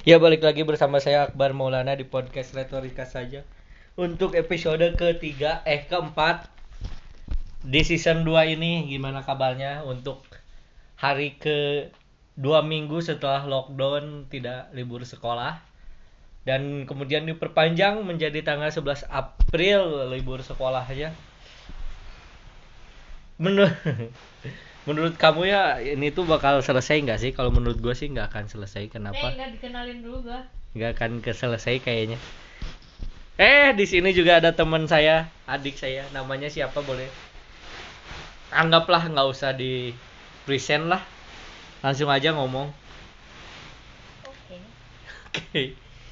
Ya, balik lagi bersama saya Akbar Maulana di podcast Retorika Saja. Untuk episode keempat di season 2 ini, gimana kabarnya untuk hari ke 2 minggu setelah lockdown tidak libur sekolah, dan kemudian diperpanjang menjadi tanggal 11 April libur sekolah aja. Menurut menurut kamu ya ini tuh bakal selesai nggak sih? Kalau menurut gue sih nggak akan selesai. Kenapa? Nggak dikenalin dulu gak? Nggak akan keselesai kayaknya. Di sini juga ada teman saya, adik saya. Namanya siapa boleh? Anggaplah nggak usah di present lah. Langsung aja ngomong. Oke. Oke.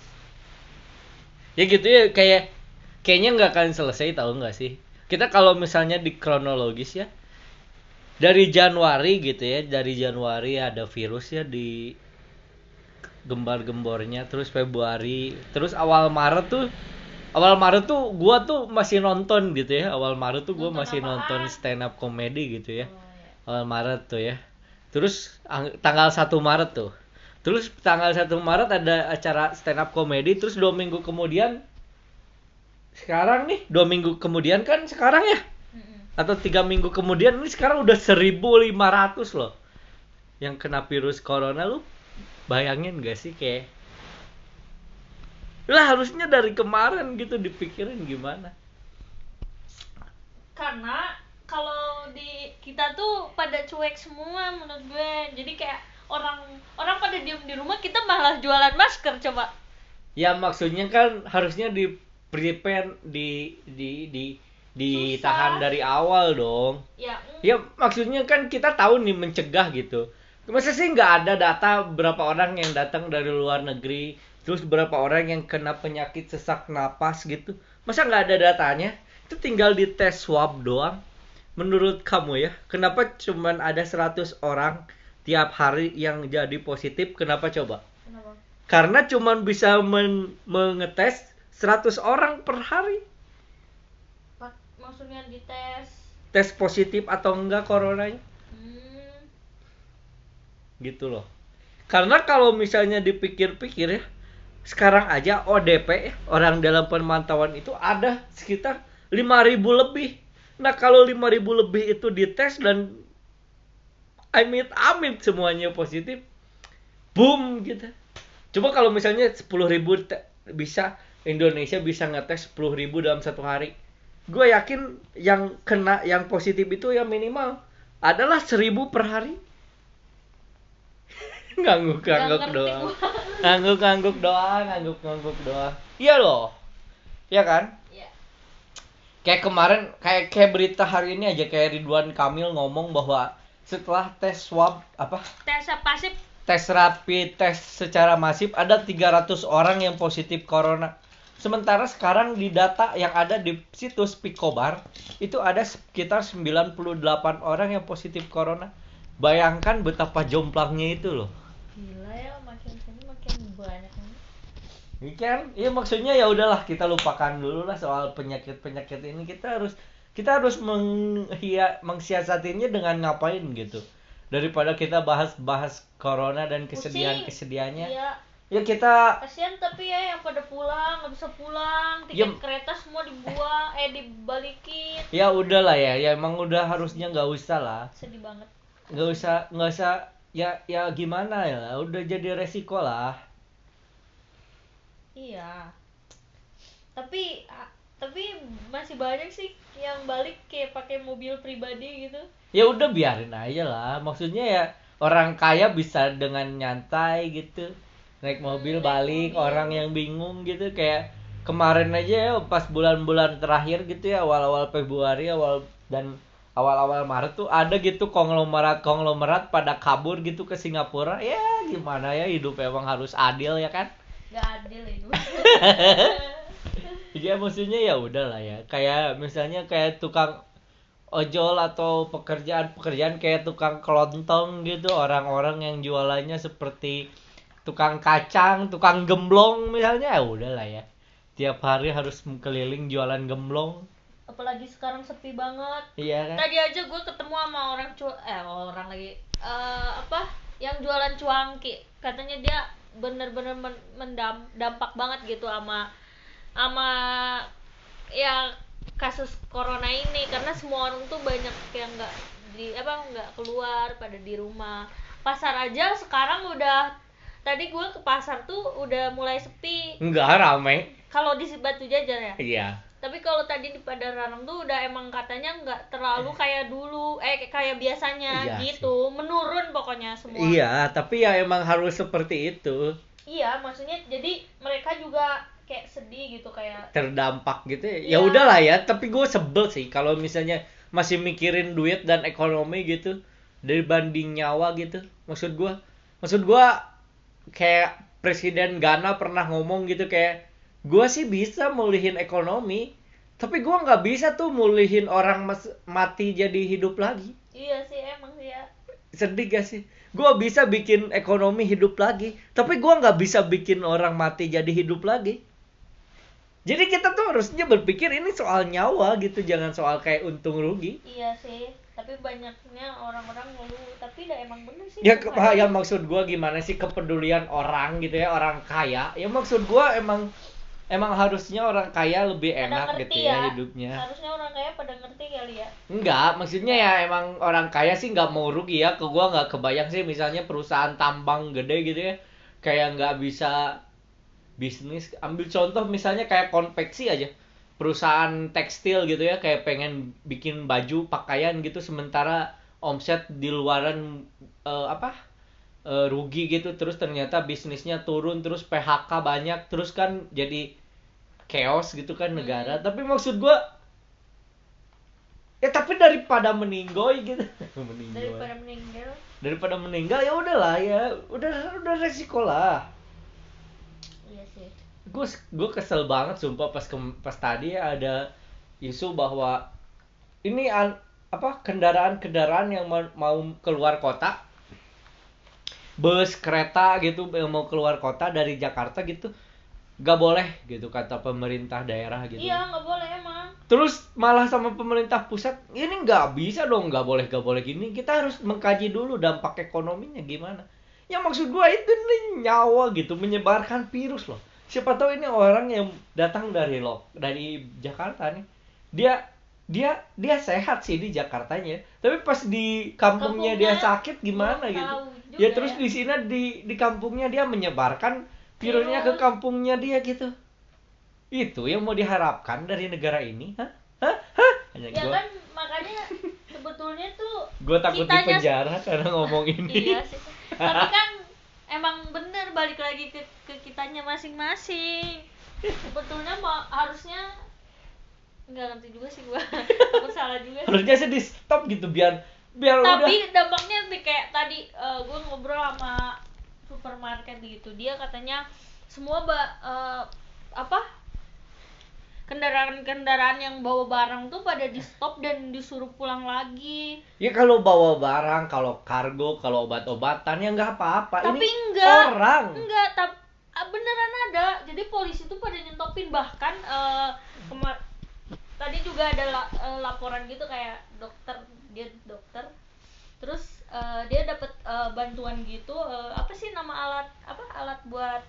Ya gitu ya, kayaknya nggak akan selesai, tahu nggak sih? Kita kalau misalnya di kronologis ya, dari Januari gitu ya, dari Januari ada virus ya di gembar-gembornya, terus Februari, terus awal Maret tuh gua tuh masih nonton gitu ya. Awal Maret tuh gua Nonton masih apaan? nonton stand up comedy gitu ya. Oh, ya. Awal Maret tuh ya. Terus tanggal 1 Maret tuh. Terus tanggal 1 Maret ada acara stand up comedy, terus 2 minggu kemudian sekarang nih, 2 minggu kemudian kan sekarang ya, atau 3 minggu kemudian ini sekarang udah 1.500 loh yang kena virus corona. Lu bayangin gak sih, kayak lah harusnya dari kemarin gitu dipikirin gimana. Karena kalau di kita tuh pada cuek semua menurut gue. Jadi kayak orang orang pada diem di rumah, kita malah jualan masker coba. Ya maksudnya kan harusnya di prepare, di ditahan Susah. dari awal dong. Ya, Ya maksudnya kan kita tahu nih mencegah gitu. Masa sih nggak ada data berapa orang yang datang dari luar negeri, terus berapa orang yang kena penyakit sesak napas gitu? Masa nggak ada datanya? Itu tinggal di tes swab doang. Menurut kamu ya, kenapa cuman ada 100 orang tiap hari yang jadi positif? Kenapa coba? kenapa? Karena cuman bisa mengetes 100 orang per hari. Maksudnya dites. Tes positif atau enggak coronanya. Hmm, Gitu loh. Karena kalau misalnya dipikir-pikir ya, sekarang aja ODP, orang dalam pemantauan itu ada sekitar 5.000 lebih. Nah kalau 5.000 lebih itu dites dan amit-amit semuanya positif, boom gitu. Coba kalau misalnya 10.000 bisa, Indonesia bisa ngetes 10.000 dalam satu hari. Gue yakin yang kena, yang positif itu ya minimal adalah 1.000 per hari. Ngangguk-ngangguk ngerti doang. gua. Ngangguk-ngangguk doang, ngangguk-ngangguk doang. Iya loh. Iya kan? Ya. Kayak kemarin, kayak berita hari ini aja, kayak Ridwan Kamil ngomong bahwa setelah tes swab Tes pasif. tes rapid tes secara masif ada 300 orang yang positif corona. Sementara sekarang di data yang ada di situs Picobar itu ada sekitar 98 orang yang positif corona. Bayangkan betapa jomplangnya itu loh. Gila ya, makin sini makin banyak nih. Ini kan, ya maksudnya ya udahlah, kita lupakan dulu lah soal penyakit-penyakit ini. Kita harus mengsiasatinya dengan ngapain gitu. Daripada kita bahas-bahas corona dan kesedihan-kesedihannya. Iya. Ya kita Kasian tapi ya yang pada pulang nggak bisa pulang, Ya. tiket kereta semua dibalikin. ya udahlah ya, ya emang udah harusnya nggak usah lah. Sedih banget. Nggak usah ya gimana ya, udah jadi resiko lah. Iya. Tapi masih banyak sih yang balik kayak pakai mobil pribadi gitu. Ya udah biarin aja lah, maksudnya ya orang kaya bisa dengan nyantai gitu naik mobil Naik balik, mobil. orang yang bingung gitu kayak kemarin aja ya, pas bulan-bulan terakhir gitu ya, awal-awal Februari dan awal-awal Maret tuh ada gitu konglomerat pada kabur gitu ke Singapura. Ya gimana ya, hidup emang harus adil ya kan. Gak adil itu. Ya maksudnya ya udahlah ya, kayak misalnya kayak tukang ojol atau pekerjaan kayak tukang kelontong gitu, orang-orang yang jualannya seperti tukang kacang, tukang gemblong misalnya, ya udahlah ya. Tiap hari harus keliling jualan gemblong. Apalagi sekarang sepi banget. Iya kan? Tadi aja gue ketemu sama orang lagi yang jualan cuangki. Katanya dia bener-bener dampak banget gitu sama ya kasus corona ini, karena semua orang tuh banyak yang nggak keluar, pada di rumah. Pasar aja sekarang udah, tadi gue ke pasar tuh udah mulai sepi. Enggak rame. Kalau di Batu Jajar ya. Iya. Tapi kalau tadi di Padalarang tuh udah emang katanya nggak terlalu kayak dulu, kayak biasanya Iya gitu, menurun pokoknya semua. Iya, tapi ya emang harus seperti itu. Iya, maksudnya jadi mereka juga kayak sedih gitu, kayak Terdampak gitu ya. Iya. Ya udahlah ya, tapi gue sebel sih kalau misalnya masih mikirin duit dan ekonomi gitu dibanding nyawa gitu. Maksud gue kayak Presiden Ghana pernah ngomong gitu, kayak gue sih bisa mulihin ekonomi, tapi gue nggak bisa tuh mulihin orang mati jadi hidup lagi. iya sih emang sih ya. Sedih gak sih? Gue bisa bikin ekonomi hidup lagi, tapi gue nggak bisa bikin orang mati jadi hidup lagi. Jadi kita tuh harusnya berpikir ini soal nyawa gitu, jangan soal kayak untung rugi. Iya sih, tapi banyaknya orang-orang ngeluh, tapi udah emang bener sih. Ya, makanya- ya maksud gue gimana sih kepedulian orang gitu ya, orang kaya. Ya maksud gue emang harusnya orang kaya lebih pada enak ngerti gitu ya hidupnya. Harusnya orang kaya pada ngerti kali ya. Enggak, maksudnya ya emang orang kaya sih nggak mau rugi ya. Ke gua nggak kebayang sih misalnya perusahaan tambang gede gitu ya, kayak nggak bisa bisnis. Ambil contoh misalnya kayak konveksi aja, perusahaan tekstil gitu ya, kayak pengen bikin baju pakaian gitu, sementara omset di luaran rugi gitu, terus ternyata bisnisnya turun, terus PHK banyak, terus kan jadi chaos gitu kan negara. Tapi maksud gua ya tapi daripada meninggoy gitu. Daripada meninggal ya udahlah ya, udah resiko lah. Iya sih. Gue kesel banget sumpah pas tadi ya ada isu bahwa ini kendaraan yang mau keluar kota, bus, kereta gitu yang mau keluar kota dari Jakarta gitu, gak boleh gitu kata pemerintah daerah gitu. Iya, nggak boleh emang. Terus malah sama pemerintah pusat, ini nggak bisa dong, nggak boleh gini. Kita harus mengkaji dulu dampak ekonominya gimana. Ya maksud gue itu nih nyawa gitu, menyebarkan virus loh. Siapa tahu ini orang yang datang dari Jakarta nih, dia sehat sih di Jakartanya, tapi pas di kampungnya dia sakit gimana gitu. Ya terus di sini di kampungnya dia menyebarkan virusnya ke kampungnya dia gitu. Itu yang mau diharapkan dari negara ini, hah? Ya kan makanya sebetulnya tuh gue takut di penjara karena ngomong ini. Iya sih. Tapi kan emang bener balik lagi ke kitanya masing-masing. Sebetulnya harusnya nggak ngerti juga sih gue. Aku salah juga. Harusnya sih di stop gitu biar tapi udah. dampaknya kayak tadi gue ngobrol sama supermarket gitu, dia katanya semua kendaraan yang bawa barang tuh pada di stop dan disuruh pulang lagi. Ya kalau bawa barang, kalau kargo, kalau obat-obatan ya nggak apa-apa. Tapi ini enggak orang. beneran ada. Jadi polisi tuh pada nyentopin, bahkan tadi juga ada laporan gitu, kayak dia dokter, terus dia dapat bantuan gitu, apa sih nama alat buat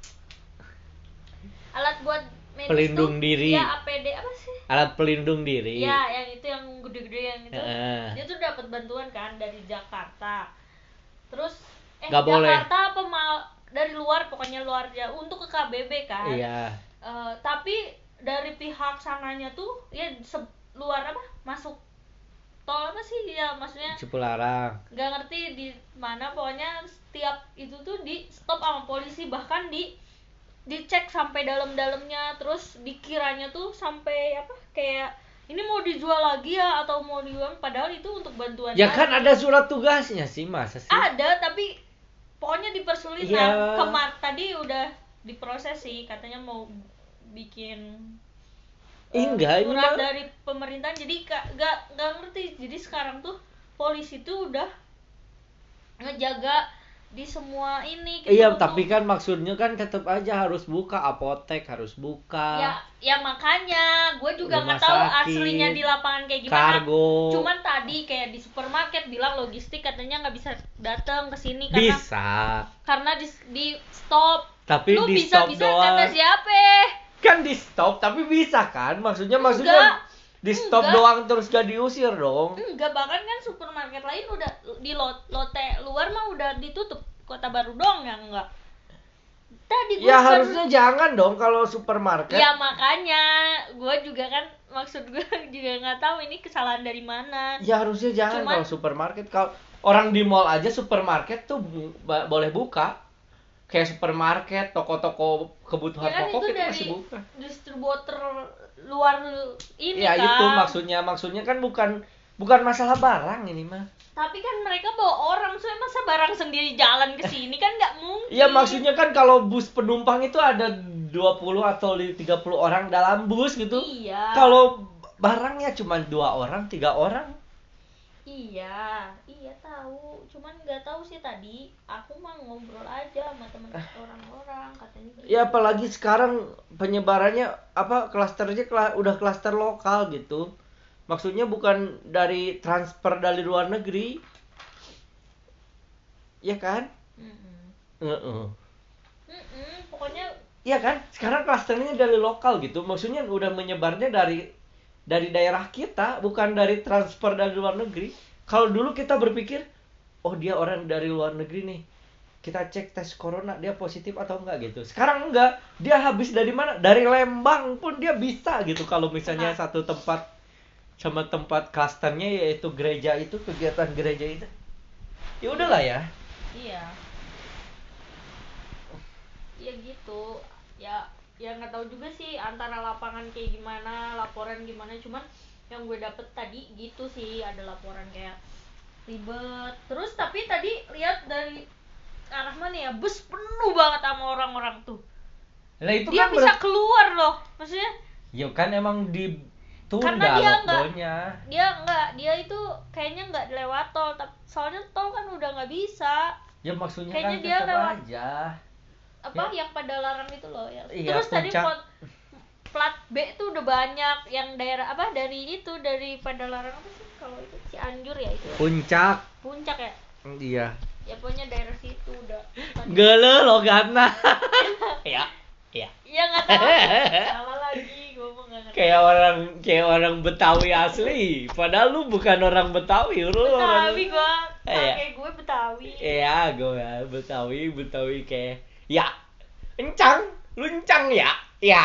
medis pelindung tuh, diri. ya APD apa sih? Alat pelindung diri. Ya, yang itu yang gede-gede yang itu. Dia tuh dapat bantuan kan dari Jakarta. Terus Gak boleh. Jakarta dari luar, pokoknya luar Jawa, untuk ke KBB kan. Iya. Tapi dari pihak sananya tuh ya luar masuk tol apa sih ya, maksudnya Cipularang. nggak ngerti di mana, pokoknya setiap itu tuh di stop sama polisi, bahkan dicek sampai dalam-dalamnya, terus dikiranya tuh sampai kayak ini mau dijual lagi ya atau mau dijual, padahal itu untuk bantuan. Ya kan ada surat tugasnya sih, masa sih? Ada, tapi pokoknya dipersulit. Ya. Tadi udah diproses sih, katanya mau bikin enggak, surat dari pemerintahan, jadi nggak ngerti. Jadi sekarang tuh polisi tuh udah ngejaga di semua ini Iya, tutup. tapi kan maksudnya kan tetap aja harus buka, apotek harus buka. Ya makanya gue juga Rumah nggak tahu sakit, aslinya di lapangan kayak gimana. kargo. Cuman tadi kayak di supermarket bilang logistik katanya nggak bisa datang ke sini karena di stop. Tapi lu di bisa stop bisa doang. kata siapa? Kan di stop tapi bisa kan? Maksudnya di stop Enggak. doang terus gak diusir dong. Enggak, bahkan kan supermarket lain udah di lote luar mah udah ditutup. Kota Baru dong yang enggak. Tadi Ya harusnya jangan dong kalau supermarket. Ya makanya gue juga kan maksud gue juga nggak tahu ini kesalahan dari mana. Ya harusnya jangan kalau supermarket. Kalau orang di mall aja supermarket tuh boleh buka. Kayak supermarket, toko-toko kebutuhan ya kan pokok itu dari masih buka. Distributor luar ini ya, kan. itu maksudnya kan bukan masalah barang ini mah. Tapi kan mereka bawa orang, soalnya masa barang sendiri jalan ke sini kan nggak mungkin. Iya, maksudnya kan kalau bus penumpang itu ada 20 atau 30 orang dalam bus gitu. Iya. Kalau barangnya cuma 2 orang, 3 orang. Iya tahu. Cuman nggak tahu sih tadi. Aku mah ngobrol aja sama teman orang-orang katanya gitu. Ya apalagi sekarang penyebarannya klasternya udah klaster lokal gitu. Maksudnya bukan dari transfer dari luar negeri. Ya kan? Pokoknya iya kan? Sekarang klasternya dari lokal gitu. Maksudnya udah menyebarnya dari daerah kita, bukan dari transfer dari luar negeri. Kalau dulu kita berpikir, oh dia orang dari luar negeri nih, kita cek tes corona dia positif atau enggak gitu. Sekarang enggak, dia habis dari mana? Dari Lembang pun dia bisa gitu. Kalau misalnya satu tempat sama tempat klasternya yaitu gereja itu, kegiatan gereja itu, ya udahlah ya. Iya gitu ya nggak tahu juga sih antara lapangan kayak gimana, laporan gimana. Cuman yang gue dapet tadi gitu sih, ada laporan kayak ribet terus. Tapi tadi lihat dari arah mana ya, bus penuh banget sama orang-orang tuh. Nah, itu dia kan bisa keluar loh, maksudnya ya kan emang ditunda karena dia itu kayaknya nggak lewat tol, soalnya tol kan udah nggak bisa. Ya maksudnya kayaknya kan dia tetap lewat aja yang pada larang itu loh ya. Iya, terus puncak. tadi plat B tuh udah banyak yang daerah dari pada larang apa sih kalau itu Cianjur ya itu. Puncak ya. Iya. Ya pokoknya daerah situ udah. Gele logatna. Ya. Ya nggak tahu. Salah lagi gue mau nggak ngerti. Kayak orang Betawi asli. Padahal lu bukan orang Betawi, lu Betawi orang. Kayak gue Betawi. Iya, gue Betawi kayak ya. Lu encang ya. Ya.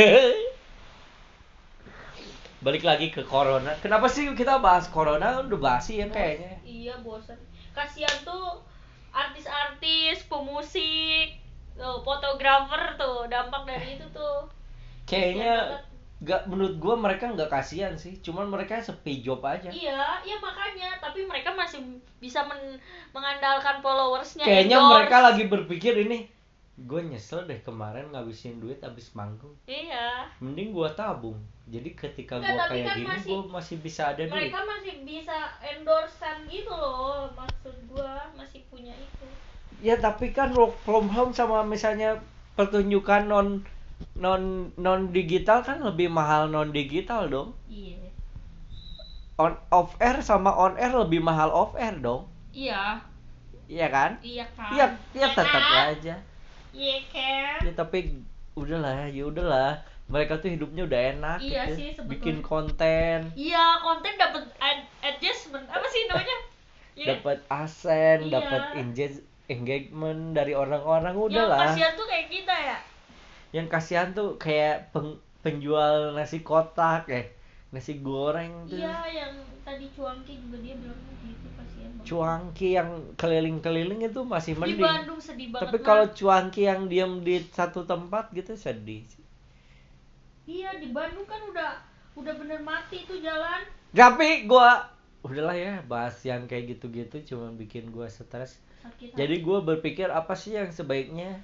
Balik lagi ke corona. Kenapa sih kita bahas corona? Udah basi ya kayaknya. Iya, bosan. Kasihan tuh artis-artis, pemusik, fotografer tuh, dampak dari itu tuh. Kayaknya menurut gue mereka nggak kasihan sih, cuman mereka sepi job aja. Iya makanya, tapi mereka masih bisa mengandalkan followersnya. Kayaknya mereka lagi berpikir ini, gue nyesel deh kemarin ngabisin duit abis manggung. Iya. Mending gue tabung. Jadi ketika gue kayak kan gini, gue masih bisa ada duit. Mereka masih bisa endorsean gitu loh, maksud gue masih punya itu. Ya tapi kan work from home sama misalnya pertunjukan non digital kan lebih mahal non digital dong. Iya. Off air sama on air lebih mahal off air dong. Iya. Iya kan? Iya kan? Iya tetap aja. Iya kan? Ya tapi udahlah. Mereka tuh hidupnya udah enak iya gitu. Sih, sebetulnya. Bikin konten. Iya, konten dapat adjustment. Apa sih namanya? Dapat asen, dapat engagement dari orang-orang, udahlah. Yang kasihan tuh kayak kita ya. Yang kasihan tuh kayak penjual nasi kotak, nasi goreng tuh. Iya, yang tadi Cuangki juga dia bilang gitu, kasihan banget. Cuangki yang keliling-keliling itu masih mending. Di Bandung sedih banget. Tapi kalau Cuangki yang diam di satu tempat gitu sedih. Iya, di Bandung kan udah bener mati tuh jalan. Tapi udahlah ya, bahas yang kayak gitu-gitu cuma bikin gua stres. Jadi gua berpikir apa sih yang sebaiknya?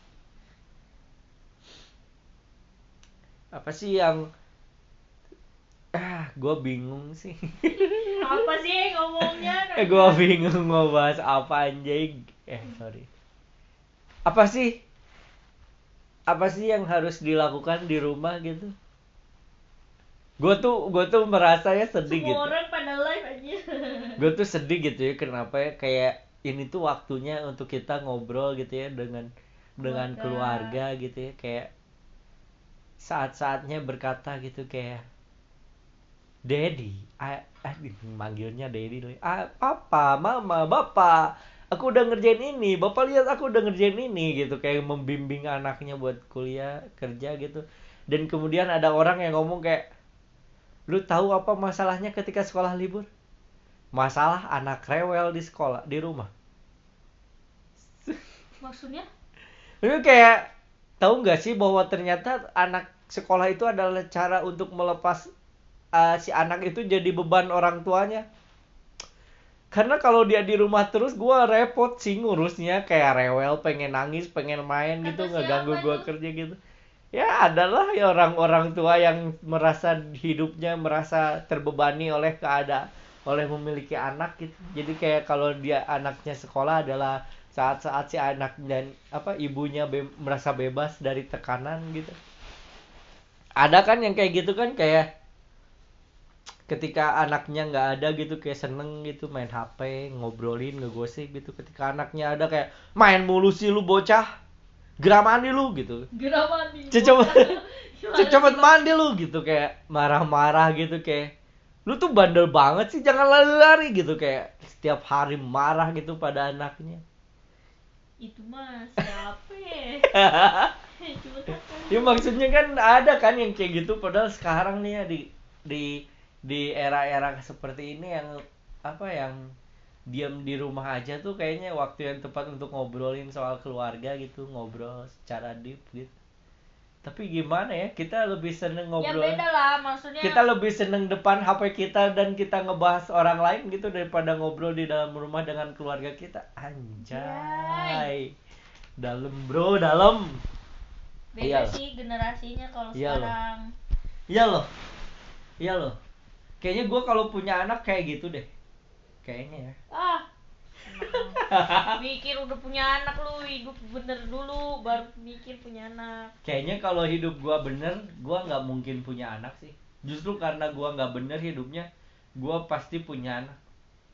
Apa sih yang gue bingung sih. Apa sih ngomongnya? Gue bingung mau bahas apa anjing. Sorry. Apa sih yang harus dilakukan di rumah gitu? Gue tuh merasa ya sedih Semua gitu. orang pada live aja. Gue tuh sedih gitu ya, kenapa ya, kayak ini tuh waktunya untuk kita ngobrol gitu ya dengan keluarga gitu ya, kayak saat-saatnya berkata gitu kayak Daddy, manggilnya Daddy, papa, mama, bapak, aku udah ngerjain ini, bapak lihat aku udah ngerjain ini gitu, kayak membimbing anaknya buat kuliah kerja gitu. Dan kemudian ada orang yang ngomong kayak, lu tahu apa masalahnya ketika sekolah libur? Masalah anak rewel di sekolah, di rumah. Maksudnya? Lu kayak tahu nggak sih bahwa ternyata anak sekolah itu adalah cara untuk melepas si anak itu jadi beban orang tuanya. Karena kalau dia di rumah terus, gue repot sih ngurusnya, kayak rewel, pengen nangis, pengen main gitu, Kata ngeganggu siapa gue nih? kerja gitu. Ya adalah ya orang-orang tua yang merasa hidupnya merasa terbebani oleh oleh memiliki anak gitu. Jadi kayak kalau dia anaknya sekolah adalah saat-saat si anak dan ibunya merasa bebas dari tekanan gitu. Ada kan yang kayak gitu kan, kayak ketika anaknya nggak ada gitu kayak seneng gitu main HP, ngobrolin, ngegosip gitu. Ketika anaknya ada kayak main mulu sih lu bocah, gerak mandi lu gitu. Gerak mandi. Cepet mandi lu gitu, kayak marah-marah gitu, kayak lu tuh bandel banget sih, jangan lari-lari gitu, kayak setiap hari marah gitu pada anaknya. Itu mah siapa ya? Cuma Ya maksudnya kan ada kan yang kayak gitu, padahal sekarang nih ya di di era-era seperti ini yang yang diam di rumah aja tuh kayaknya waktu yang tepat untuk ngobrolin soal keluarga gitu, ngobrol secara deep gitu. Tapi gimana ya, kita lebih seneng ya ngobrol. beda lah, maksudnya Kita lebih seneng depan HP kita dan kita ngebahas orang lain gitu daripada ngobrol di dalam rumah dengan keluarga kita. Anjay. Dalam bro, dalam. beda Iya. sih generasinya kalau Iya loh. sekarang. Iya loh. Kayaknya gue kalau punya anak kayak gitu deh. Kayaknya ya. Mikir udah punya anak, lu hidup bener dulu baru mikir punya anak. Kayaknya kalau hidup gue bener, gue nggak mungkin punya anak sih. Justru karena gue nggak bener hidupnya, gue pasti punya anak.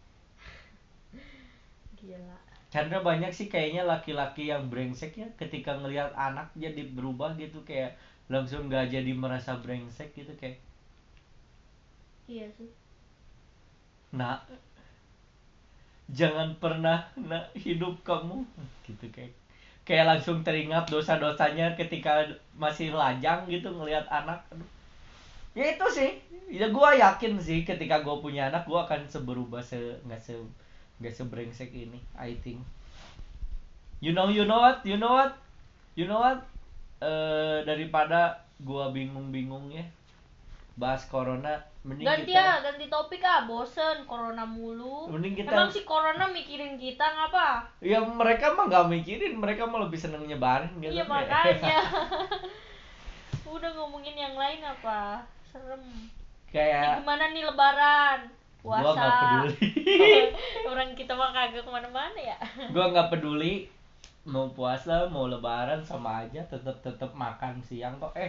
Gila. Karena banyak sih kayaknya laki-laki yang brengsek ya, ketika ngelihat anak jadi berubah gitu, kayak langsung nggak jadi merasa brengsek gitu, kayak Iya sih. nah jangan pernah hidup kamu gitu, kayak langsung teringat dosa-dosanya ketika masih lajang gitu ngelihat anak. Aduh. Ya itu sih, ya gue yakin sih ketika gue punya anak gue akan seberubah nggak sebrengsek ini, I think. You know what, daripada gue bingung ya bahas corona, mending Ganti topik bosen corona mulu. Mending kita- Emang si corona mikirin kita ngapa? ya mereka mah nggak mikirin, mereka mah lebih seneng nyebarin gitu. Iya makanya. Udah ngomongin yang lain apa? Serem. Kayak Gimana nih lebaran? Puasa. Gua nggak peduli. Orang kita mah kagak kemana-mana ya. Gue nggak peduli mau puasa mau lebaran sama aja, tetep makan siang kok.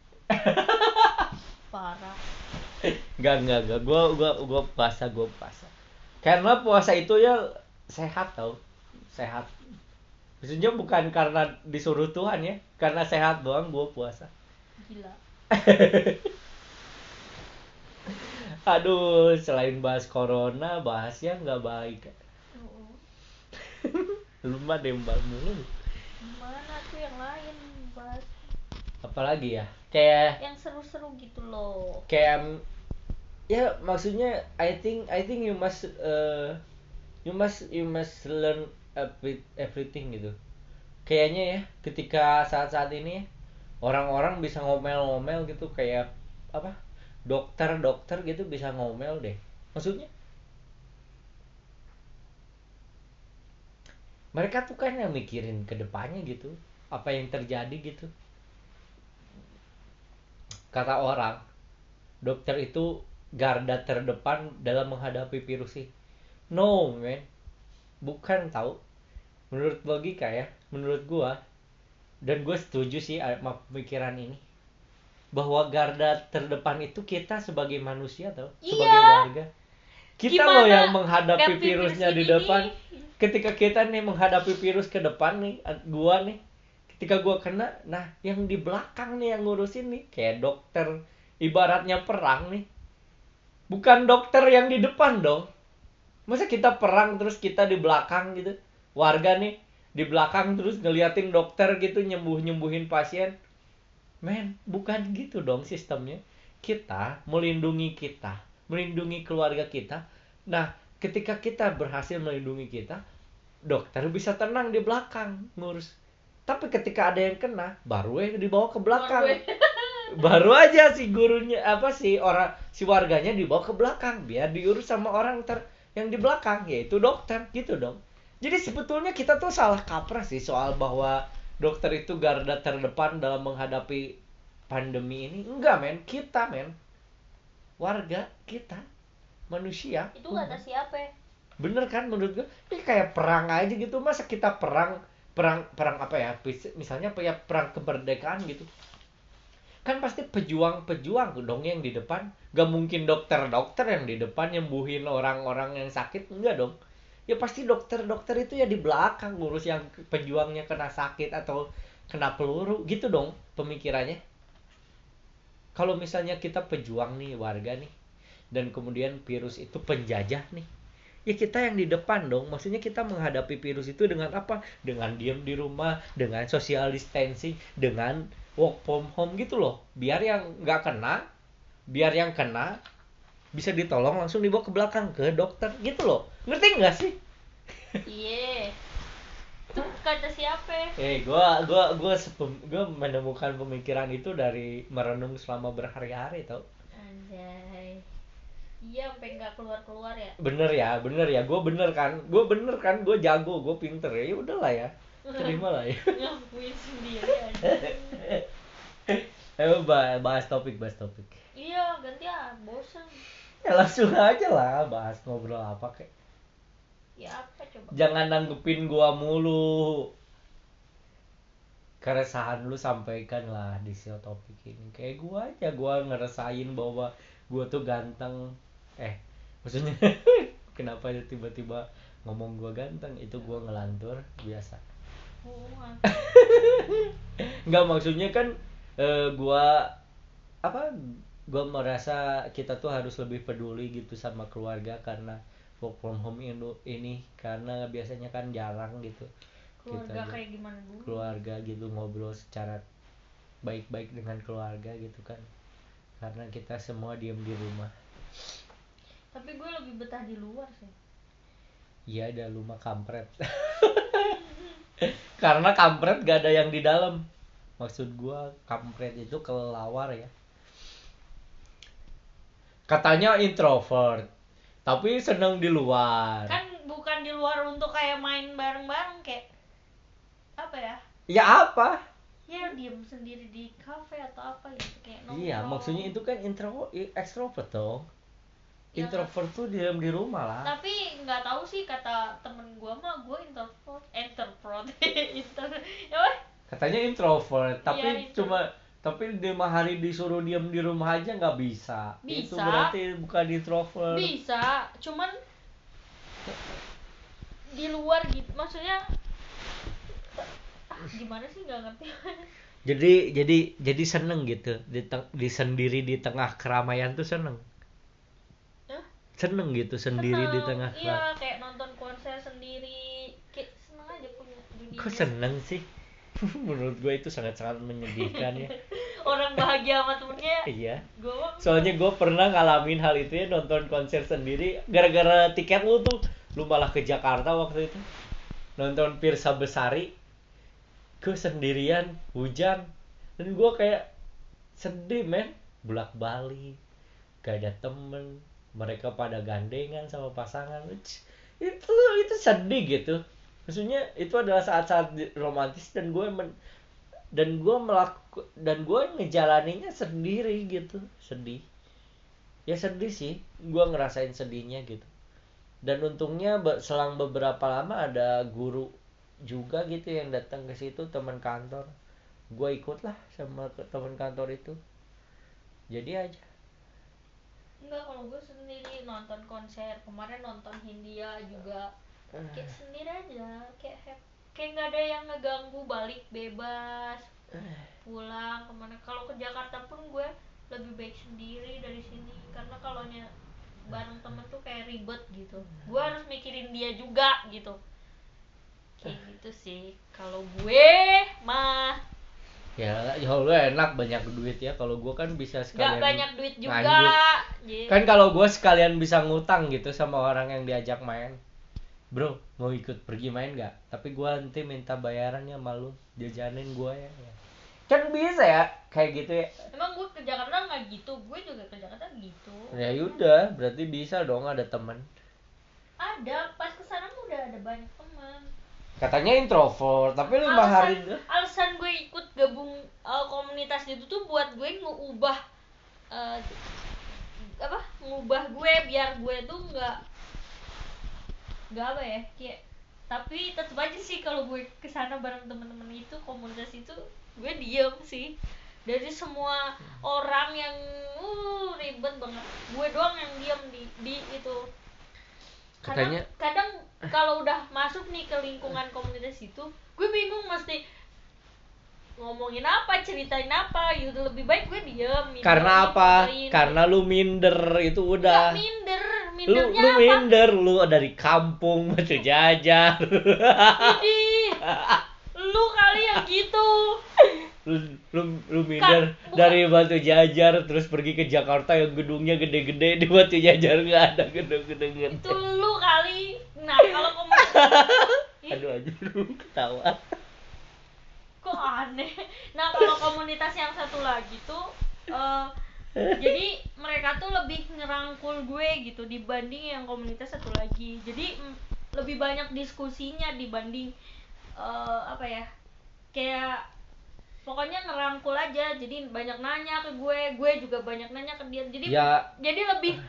Parah. Enggak. Gue puasa. Karena puasa itu ya sehat tau, sehat. Maksudnya bukan karena disuruh Tuhan ya, karena sehat doang gue puasa. Gila. Aduh, selain bahas corona, bahasnya nggak baik. Lu mah dembal mulu. Gimana tuh yang lain bahas? Apalagi ya, kayak Yang seru-seru gitu loh. kayak ya maksudnya I think you must learn everything gitu. Kayaknya ya ketika saat-saat ini orang-orang bisa ngomel-ngomel gitu, kayak dokter gitu bisa ngomel deh. Maksudnya mereka tuh kan yang mikirin ke depannya gitu, apa yang terjadi gitu. Kata orang, dokter itu garda terdepan dalam menghadapi virus ini. No man, bukan tahu. menurut logika ya, menurut gua, dan gue setuju sih sama pemikiran ini, bahwa garda terdepan itu kita sebagai manusia atau sebagai Iya. warga. Kita Gimana loh yang menghadapi ngadepin virus virusnya di ini depan. nih? Ketika kita nih menghadapi virus ke depan nih, gua nih, ketika gua kena, nah yang di belakang nih yang ngurusin nih, kayak dokter, ibaratnya perang nih. Bukan dokter yang di depan dong. Masa kita perang terus kita di belakang gitu? Warga nih di belakang terus ngeliatin dokter gitu nyembuhin pasien. Men, bukan gitu dong sistemnya. Kita melindungi keluarga kita. Nah, ketika kita berhasil melindungi kita, dokter bisa tenang di belakang ngurus. Tapi ketika ada yang kena, baru yang dibawa ke belakang. Baru aja si gurunya si warganya dibawa ke belakang biar diurus sama orang yang di belakang, yaitu dokter gitu dong. Jadi sebetulnya kita tuh salah kaprah sih soal bahwa dokter itu garda terdepan dalam menghadapi pandemi ini. Enggak men, kita men, warga kita, manusia. Itu kata siapa ya? Bener kan menurut gue? Ini kayak perang aja gitu. Masa kita perang apa ya? Misalnya kayak perang kemerdekaan gitu. Kan pasti pejuang-pejuang dong yang di depan. Gak mungkin dokter-dokter yang di depan nyembuhin orang-orang yang sakit. Enggak dong. Ya pasti dokter-dokter itu ya di belakang ngurus yang pejuangnya kena sakit atau kena peluru gitu dong pemikirannya. Kalau misalnya kita pejuang nih, warga nih, dan kemudian virus itu penjajah nih, ya kita yang di depan dong. Maksudnya kita menghadapi virus itu dengan apa? Dengan diam di rumah, dengan social distancing, dengan work from home gitu loh. Biar yang yang kena bisa ditolong langsung dibawa ke belakang ke dokter gitu loh. Ngerti nggak sih? Iya. Itu kata siapa? Gua menemukan pemikiran itu dari merenung selama berhari-hari tau. Anjay. Iya, sampai nggak keluar-keluar ya. Bener ya, gue bener kan, gue jago, gue pinter ya, udahlah ya, terima lah ya. Ngakuin sendiri aja. Ayo bahas topik. Iya, ganti ah, bosan. Ya langsung aja lah, bahas ngobrol apa kek. Ya apa coba? Jangan nanggepin gua mulu. Keresahan lu sampaikan lah di topik ini. Kayak gua aja, gua ngerasain bahwa gua tuh ganteng. Maksudnya kenapa tiba-tiba ngomong gua ganteng? Itu gua ngelantur biasa. Enggak, maksudnya kan gua gua merasa kita tuh harus lebih peduli gitu sama keluarga karena work from home ini karena biasanya kan jarang gitu Keluarga kita kayak gimana dulu? keluarga gitu ngobrol secara baik-baik dengan keluarga gitu kan, karena kita semua diam di rumah. Tapi gue lebih betah di luar sih. Iya, ada rumah kampret. Karena kampret gak ada yang di dalam. Maksud gua kampret itu kelelawar ya. Katanya introvert, tapi seneng di luar. Kan bukan di luar untuk kayak main bareng-bareng kayak apa ya? Ya apa? Ya diem sendiri di kafe atau apa gitu kayak nongkrong. Iya, maksudnya itu kan extrovert dong. Ya, Introvert tuh diam di rumah lah. tapi nggak tahu sih kata temen gue mah gue introvert. Ya weh. Katanya introvert, tapi Iya, tapi 5 hari disuruh diam di rumah aja nggak bisa. Itu Bisa. berarti bukan introvert. Bisa, cuman di luar gitu maksudnya gimana sih nggak ngerti. Jadi seneng gitu di sendiri di tengah keramaian tuh seneng. Hah? Seneng gitu sendiri di tengah iya kayak nonton konser sendiri kayak seneng aja punya dunia. Kok seneng sih? Menurut gue itu sangat-sangat menyedihkan ya. Orang bahagia sama temennya. Iya. Gue Soalnya gue pernah ngalamin hal itu ya, nonton konser sendiri gara-gara tiket lu malah ke Jakarta waktu itu nonton Pirsa Besari, gue sendirian hujan dan gue kayak sedih men, bolak-balik gak ada temen, mereka pada gandengan sama pasangan. Itu sedih gitu. Maksudnya itu adalah saat-saat romantis dan gue ngejalaninya sendiri gitu. Sedih sih, gue ngerasain sedihnya gitu. Dan untungnya selang beberapa lama ada guru juga gitu yang datang ke situ, teman kantor. Gue ikutlah sama teman kantor itu, jadi aja. Enggak, kalau gue sendiri nonton konser kemarin, nonton Hindia juga kayak sendiri aja, kayak nggak ada yang ngeganggu, balik bebas pulang kemana. Kalau ke Jakarta pun gue lebih baik sendiri dari sini, karena kalau bareng temen tuh kayak ribet gitu, gue harus mikirin dia juga gitu, kayak gitu sih kalau gue mah. Ya lu enak banyak duit ya, kalau gue kan bisa sekalian Gak banyak duit juga nganjuk. Jadi, Kan kalau gue sekalian bisa ngutang gitu sama orang yang diajak main, bro mau ikut pergi main gak, tapi gue nanti minta bayarannya malu, jajanin gue ya. Kan bisa ya kayak gitu ya. emang gue ke Jakarta nggak gitu, gue juga ke Jakarta gitu. Ya udah, berarti bisa dong ada teman. Ada, pas kesana udah ada banyak teman. Katanya introvert, tapi 5 hari Alasan gue ikut gabung komunitas itu tuh buat gue ngubah ngubah gue biar gue tuh nggak apa ya, kayak, tapi tetap aja sih kalau gue kesana bareng temen-temen itu, komunitas itu, gue diem sih dari semua orang yang ribet banget, gue doang yang diem di itu. katanya. Kadang kalau udah masuk nih ke lingkungan komunitas itu, gue bingung mesti ngomongin apa, ceritain apa gitu. Lebih baik gue diem. Karena apa? Karena lu minder, itu udah. Gak minder, Lu mindernya apa? minder, lu dari kampung batu jajar. Idih, lu kali yang gitu. lu minder dari batu jajar terus pergi ke Jakarta yang gedungnya gede-gede, di batu jajar nggak ada gedung-gedung gede. Itu lu kali. Nah kalau komunitas Aduh aja lu ketawa. kok aneh. Nah kalau komunitas yang satu lagi tuh jadi mereka tuh lebih ngerangkul gue gitu dibanding yang komunitas satu lagi. Jadi lebih banyak diskusinya dibanding apa ya, kayak pokoknya ngerangkul aja. Jadi banyak nanya ke gue juga banyak nanya ke dia. Jadi Ya. jadi lebih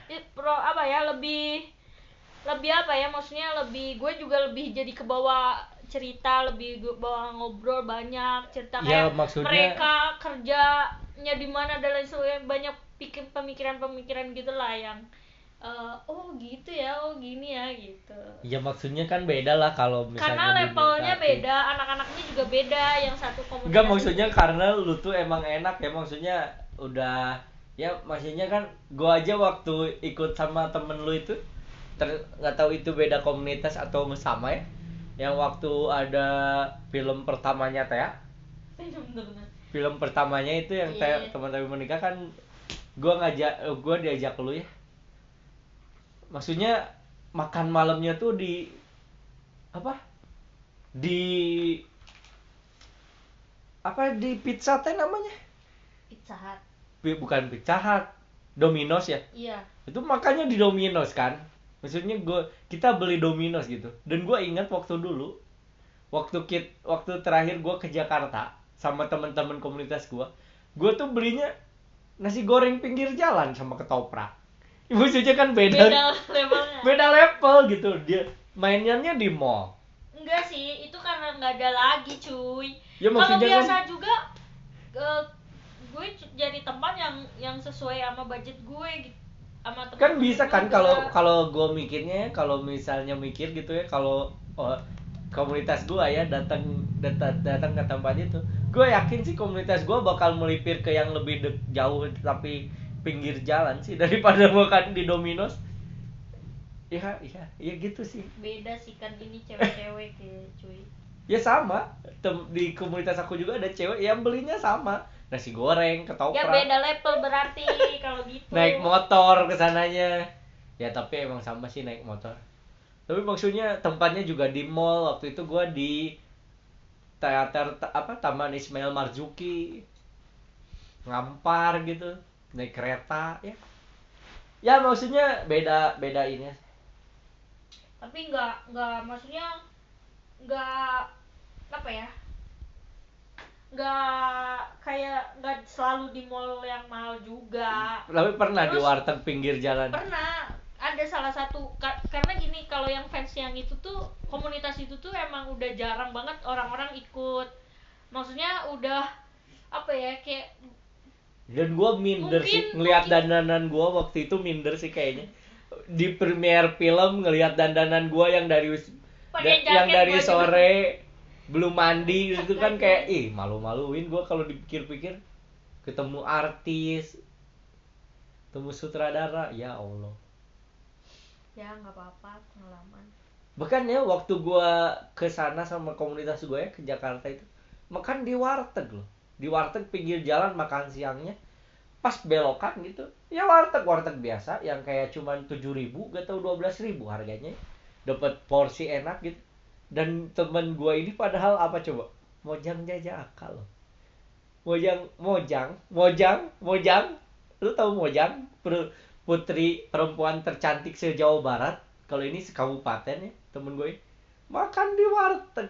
lebih apa ya, maksudnya lebih, gue juga lebih jadi kebawa cerita, lebih gue bawa ngobrol banyak cerita Ya, kayak maksudnya mereka kerjanya di mana dan lain sebagainya, banyak pemikiran gitu lah yang oh gitu ya, oh gini ya gitu. Ya maksudnya kan beda lah kalau misalnya Karena levelnya beda, anak-anaknya juga beda, yang satu komunitas. Enggak, maksudnya karena lu tuh emang enak ya, maksudnya udah ya, maksudnya kan gua aja waktu ikut sama temen lu itu nggak tahu itu beda komunitas atau sama ya, yang waktu ada film pertamanya Tea, film pertamanya itu yang Tea teman tapi menikah kan, gua diajak lu ya, maksudnya makan malamnya tuh di di pizza teh namanya, Pizza Hut. bukan Pizza Hut, Domino's ya. Iya. Itu makanya di Domino's kan, maksudnya kita beli Domino's gitu. Dan gue ingat waktu dulu, waktu terakhir gue ke Jakarta sama teman-teman komunitas gue tuh belinya nasi goreng pinggir jalan sama ketoprak. Maksudnya kan beda levelnya. beda level gitu, dia mainnya di mall. Enggak sih, itu karena nggak ada lagi cuy. Ya, Kalau maksudnya biasa juga gue cari tempat yang sesuai sama budget gue gitu, sama temen Kan bisa gue kan juga. kalau gue mikirnya, kalau misalnya mikir gitu ya, kalau komunitas gue ya datang ke tempat itu, gue yakin sih komunitas gue bakal melipir ke yang lebih jauh tapi pinggir jalan sih daripada makan di Domino's. Ya gitu sih. Beda sih kan, ini cewek-cewek ya cuy. Ya sama, di komunitas aku juga ada cewek yang belinya sama, nasi goreng, ketoprak. Ya beda level berarti kalau gitu. Naik motor ke sananya. Ya tapi emang sama sih naik motor. Tapi maksudnya tempatnya juga di mall. Waktu itu gua di teater Taman Ismail Marzuki. Ngampar gitu, naik kereta ya. Ya maksudnya beda ini. Tapi nggak maksudnya nggak apa ya, nggak selalu di mall yang mahal juga. Tapi pernah di Terus, warteg pinggir jalan. pernah ada salah satu karena gini, kalau yang fans yang itu tuh, komunitas itu tuh emang udah jarang banget orang-orang ikut. Maksudnya udah apa ya, kayak Dan gue minder sih Mungkin- ngelihat mungkin- dandanan gue waktu itu, minder sih kayaknya di premier film ngelihat dandanan gue yang dari Pakai yang jaket dari gua juga. sore belum mandi itu kan kayak malu-maluin gue kalau dipikir-pikir, ketemu artis, ketemu sutradara, ya Allah. ya nggak apa-apa, pengalaman. Bahkan ya waktu gue ke sana sama komunitas gue ya ke Jakarta itu, makan di warteg loh, di warteg pinggir jalan makan siangnya, pas belokan gitu ya warteg biasa yang kayak cuman 7.000 gak tau 12.000 harganya, dapat porsi enak gitu. Dan temen gue ini padahal apa coba, mojang jajaka loh, mojang, lu tahu mojang, putri perempuan tercantik se-Jawa Barat, kalau ini sekabupaten ya, temen gue makan di warteg.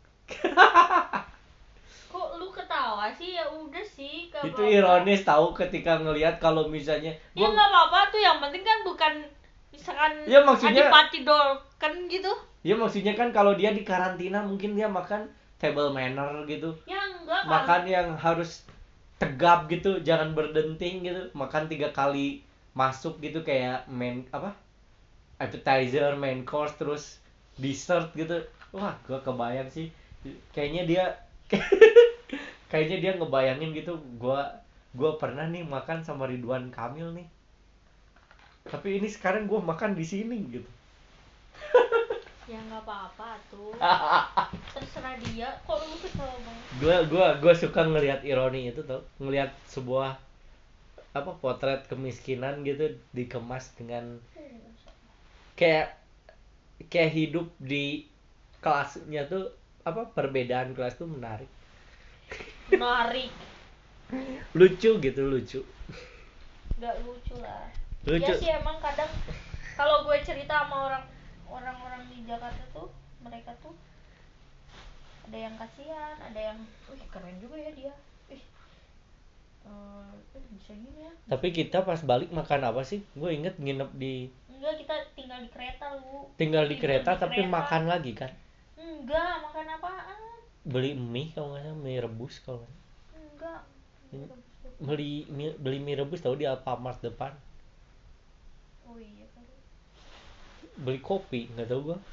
Kok lu ketawa sih? Ya udah sih, nggak Itu apa-apa. ironis tahu ketika ngelihat kalau misalnya Ya nggak apa-apa tuh, yang penting kan bukan misalkan Ya, maksudnya- Adipati Dolken gitu. ya maksudnya kan kalau dia di karantina mungkin dia makan table manner gitu, Ya enggak kan. makan yang harus tegap gitu, jangan berdenting gitu, makan 3 kali masuk gitu, kayak main apa, appetizer, main course, terus dessert gitu. Wah, gua kebayang sih, kayaknya dia kayaknya dia ngebayangin gitu, gua pernah nih makan sama Ridwan Kamil nih, tapi ini sekarang gua makan di sini gitu. Ya nggak apa-apa tuh. Terserah dia. Kok lu ketawa banget? Gua suka ngelihat ironi itu tuh, ngelihat sebuah apa potret kemiskinan gitu dikemas dengan kayak hidup di kelasnya tuh, apa, perbedaan kelas tuh menarik, Menarik. lucu gitu, lucu. Nggak lucu lah. Lucu. Ya sih, emang kadang kalau gue cerita sama orang-orang di Jakarta tuh, mereka tuh ada yang kasihan, ada yang keren juga ya dia. Bisa gini ya. Tapi kita pas balik makan apa sih? Gue inget nginep di, Enggak, kita tinggal di kereta lu. tinggal di Tidur kereta di tapi kereta. makan lagi kan, Enggak, makan apaan? beli mie kalau nggak salah, mie rebus kalau nggak salah. Enggak. beli mie rebus tahu di Alfamart depan, Oh iya kali. beli kopi nggak tahu gua.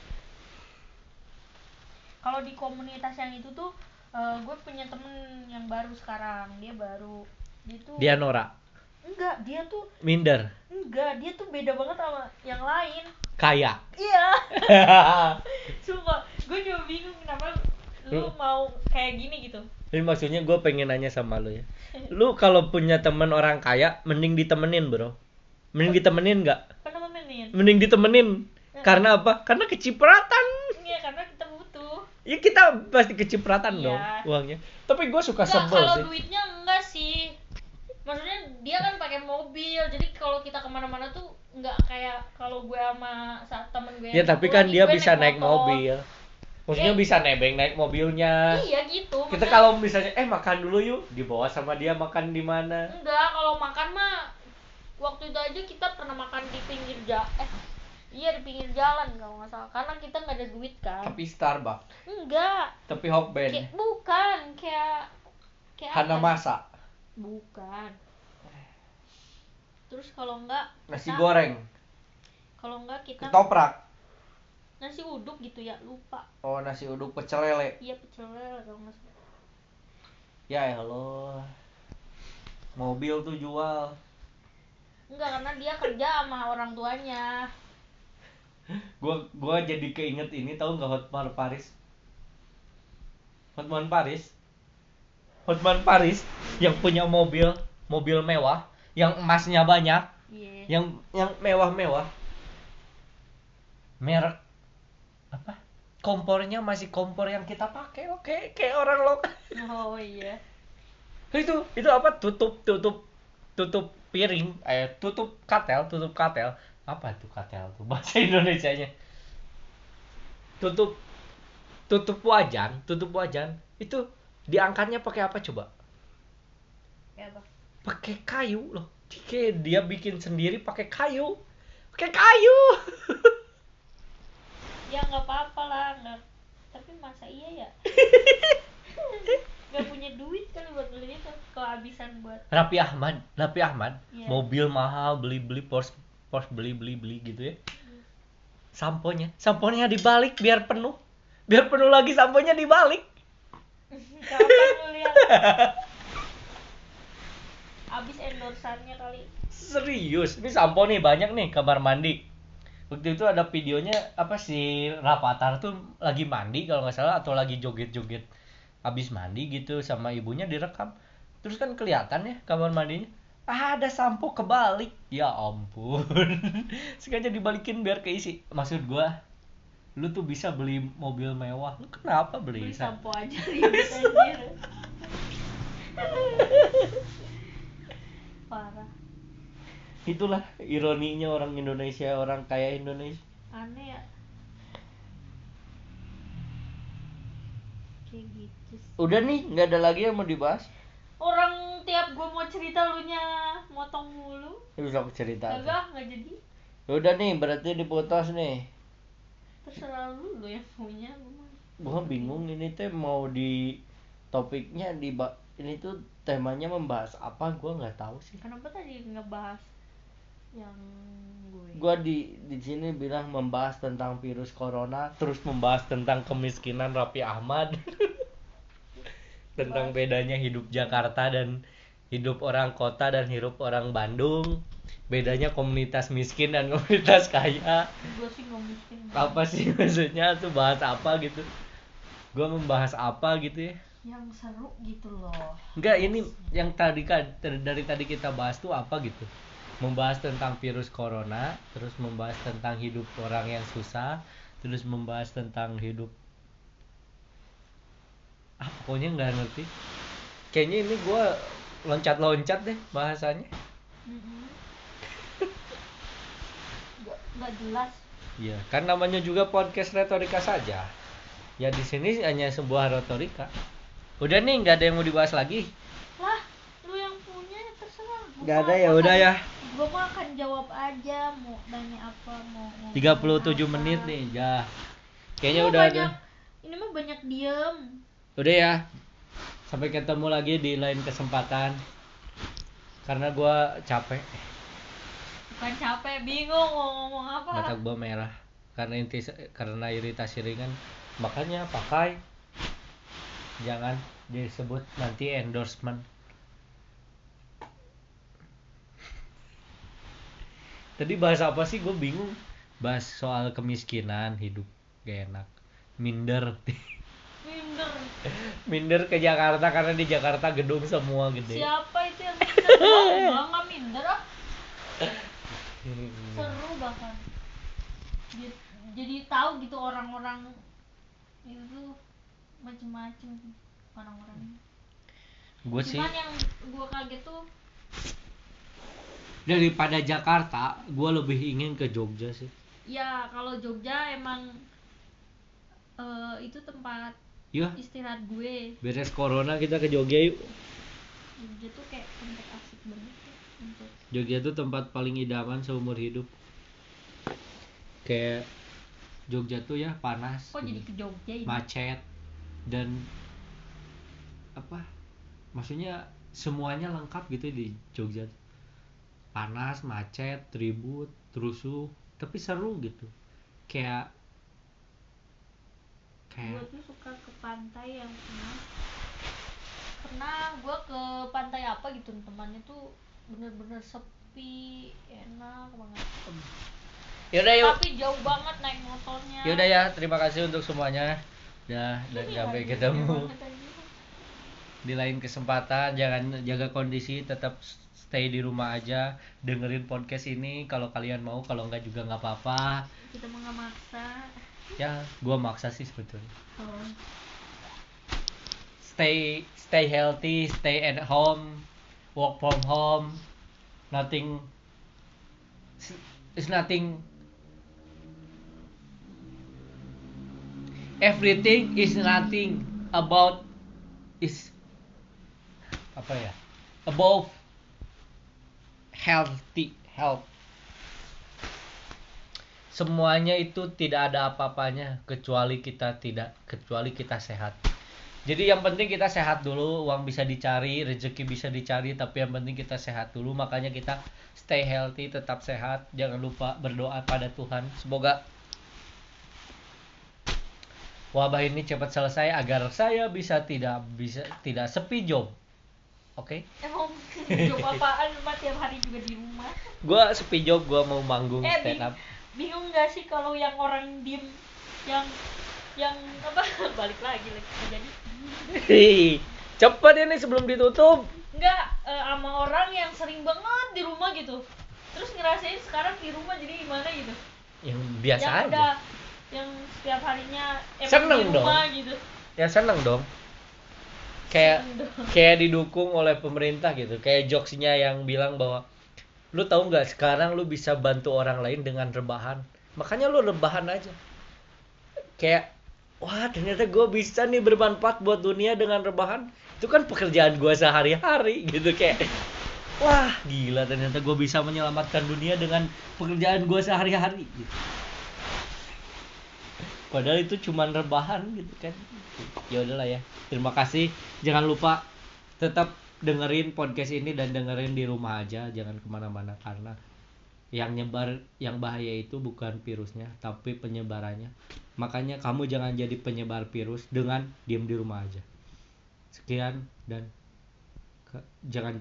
Kalau di komunitas yang itu tuh, gue punya temen yang baru sekarang. Dia baru. Dia tuh Dia Nora enggak, dia tuh minder enggak, dia tuh beda banget sama yang lain. kaya. Iya. Sumpah, gue juga bingung kenapa lu mau kayak gini gitu. Ini maksudnya gue pengen nanya sama lu ya, lu kalau punya temen orang kaya mending ditemenin bro, mending ditemenin nggak? Kenapa menin? Mending ditemenin karena apa? Karena kecipratan. Iya, karena kita butuh. Ya kita pasti kecipratan Iya. dong uangnya. Tapi gue suka Enggak, sebel kalau sih. duitnya enggak sih. Maksudnya dia kan pakai mobil, jadi kalau kita kemana-mana tuh nggak kayak kalau gue sama temen gue. Ya yang tapi satu kan lagi, dia gue bisa naik motor. mobil. Maksudnya Eh. bisa nebeng naik mobilnya. Iya gitu. Kita maksudnya- kalau misalnya makan dulu yuk, dibawa sama dia makan di mana? enggak, kalau makan mah waktu itu aja kita pernah makan di pinggir di pinggir jalan kalau nggak salah, karena kita nggak ada duit kan. Tapi Starbucks, Enggak, tapi Hokben, bukan kayak Hanamasa, bukan. Terus kalau enggak nasi goreng, kalau enggak kita ketoprak. nasi uduk gitu ya, lupa. Oh, nasi uduk pecel lele. Iya, pecel lele kalau nggak salah. Ya Allah. Mobil tuh jual. Enggak, karena dia kerja sama orang tuanya. Gua jadi keinget ini, tahu nggak Hotman Paris? Hotman Paris yang punya mobil mewah, yang emasnya banyak, Iya. yang mewah-mewah. Merek apa? Kompornya masih kompor yang kita pakai, oke, kayak orang lokal. Oh iya. Itu apa? Tutup piring, tutup katel. Apa tuh katel tuh bahasa Indonesianya? Tutup wajan. Itu diangkatnya pakai apa coba? Ya apa? Pakai kayu loh. Kayak dia bikin sendiri pakai kayu. Ya nggak apa-apa lah, nggak. Tapi masa iya ya? Nggak punya duit kali buat beli itu, kehabisan buat. Raffi Ahmad, Iya. mobil mahal, beli Porsche beli gitu ya. Samponya dibalik biar penuh lagi, samponya dibalik. Kapan lu lihat? Abis endorsannya kali. Serius, ini sampo nih banyak nih kamar mandi. Waktu itu ada videonya apa si Rafathar tuh lagi mandi kalau nggak salah, atau lagi joget-joget habis mandi gitu sama ibunya direkam. Terus kan kelihatan ya kamar mandinya. Ada sampo kebalik. Ya ampun. Sengaja dibalikin biar keisi. Maksud gua, lu tuh bisa beli mobil mewah, lu kenapa beli Beli sampo aja ribet anjir. Parah. Itulah ironinya orang Indonesia, orang kaya Indonesia. Aneh ya. Kayak gitu sih. Udah nih, nggak ada lagi yang mau dibahas. Orang tiap gue mau cerita lu nya motong mulu. Bisa aku cerita. Nggak jadi. Udah nih, berarti diputus nih. Terserah lu yang punya. Gua bingung ini teh mau di topiknya ini tuh temanya membahas apa, gua nggak tahu sih. Kenapa tadi ngebahas yang gue? Gua di sini bilang membahas tentang virus corona, terus membahas tentang kemiskinan Raffi Ahmad. Tentang bedanya hidup Jakarta dan hidup orang kota dan hidup orang Bandung. Bedanya komunitas miskin dan komunitas kaya. Gue sih nggak miskin. Apa sih maksudnya tuh, bahas apa gitu? Gua membahas apa gitu ya? Yang seru gitu loh. Enggak, ini yang dari tadi kita bahas tuh apa gitu? Membahas tentang virus corona, terus membahas tentang hidup orang yang susah, terus membahas tentang hidup pokoknya nggak ngerti. Kayaknya ini gue loncat-loncat deh bahasanya. Nggak jelas. Iya, kan namanya juga podcast retorika saja. Ya di sini hanya sebuah retorika. Udah nih, nggak ada yang mau dibahas lagi. Lah, lu yang punya ya terserah. Nggak ada ya, udah ya. Gue mah akan jawab aja, mau nanya apa, mau 37 apa. menit nih, ya. Kayaknya Ini udah banyak, ada. ini mah banyak diem. Udah ya. Sampai ketemu lagi di lain kesempatan. Karena gue capek. Bukan capek, bingung mau ngomong apa. Mata gue merah karena iritasi ringan. Makanya pakai, jangan disebut nanti endorsement. Tadi bahas apa sih, gue bingung. Bahas soal kemiskinan, hidup gak enak, minder. Minder ke Jakarta karena di Jakarta gedung semua gede. Siapa itu yang minder? Nggak minder ah. Seru bahkan. Jadi tahu gitu orang-orang itu macem-macem orang-orang. Cuman yang gue kaget tuh, daripada Jakarta, gue lebih ingin ke Jogja sih. ya kalau Jogja emang itu tempat Yuk, istirahat gue. beres corona kita ke Jogja yuk. Jogja tuh kayak tempat asik banget ya untuk. Jogja tuh tempat paling idaman seumur hidup. Kayak Jogja tuh ya panas. Kok jadi ke Jogja ini? Macet dan apa? Maksudnya semuanya lengkap gitu di Jogja. Panas, macet, ribut, rusuh, tapi seru gitu. Kayak Gue tuh suka ke pantai yang pernah gue ke pantai apa gitu, temannya tuh bener-bener sepi, enak banget. Yaudah yuk. Tapi jauh banget naik motornya. Yaudah ya, terima kasih untuk semuanya. Dan sampai ketemu di lain kesempatan. Jangan jaga kondisi, tetap stay di rumah aja, dengerin podcast ini kalau kalian mau, kalau enggak juga nggak apa-apa. Kita mau nggak maksa. Ya, gua maksa sih sebetulnya. Oh. Stay healthy, stay at home, work from home. Nothing is nothing. Everything is nothing about is apa ya? Above health. semuanya itu tidak ada apa-apanya kecuali kita sehat. Jadi yang penting kita sehat dulu, uang bisa dicari, rezeki bisa dicari, tapi yang penting kita sehat dulu. Makanya kita stay healthy, tetap sehat. Jangan lupa berdoa pada Tuhan. Semoga wabah ini cepat selesai agar saya tidak sepi job. Oke? Emang job apaan Mak tiap hari juga di rumah? Gua sepi job, gua mau manggung stand up. Bingung gak sih kalau yang orang diem yang apa balik lagi jadi Cepet ini sebelum ditutup. enggak sama orang yang sering banget di rumah gitu, terus ngerasain sekarang di rumah jadi gimana gitu, Yang biasa yang aja. udah yang setiap harinya emang Seneng di rumah dong. gitu. Ya seneng dong. Kayak didukung oleh pemerintah gitu. Kayak jokesnya yang bilang bahwa lu tahu nggak sekarang lu bisa bantu orang lain dengan rebahan. Makanya lu rebahan aja. Kayak wah ternyata gue bisa nih bermanfaat buat dunia dengan rebahan. Itu kan pekerjaan gue sehari-hari gitu kayak wah gila ternyata gue bisa menyelamatkan dunia dengan pekerjaan gue sehari-hari gitu. Padahal itu cuman rebahan gitu kan. Ya udahlah ya. Terima kasih. Jangan lupa tetap dengerin podcast ini dan dengerin di rumah aja, jangan kemana-mana karena yang bahaya itu bukan virusnya tapi penyebarannya. Makanya kamu jangan jadi penyebar virus dengan diam di rumah aja. Sekian dan jangan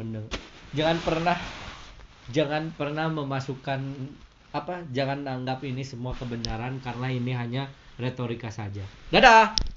pernah memasukkan jangan anggap ini semua kebenaran karena ini hanya retorika saja. Dadah.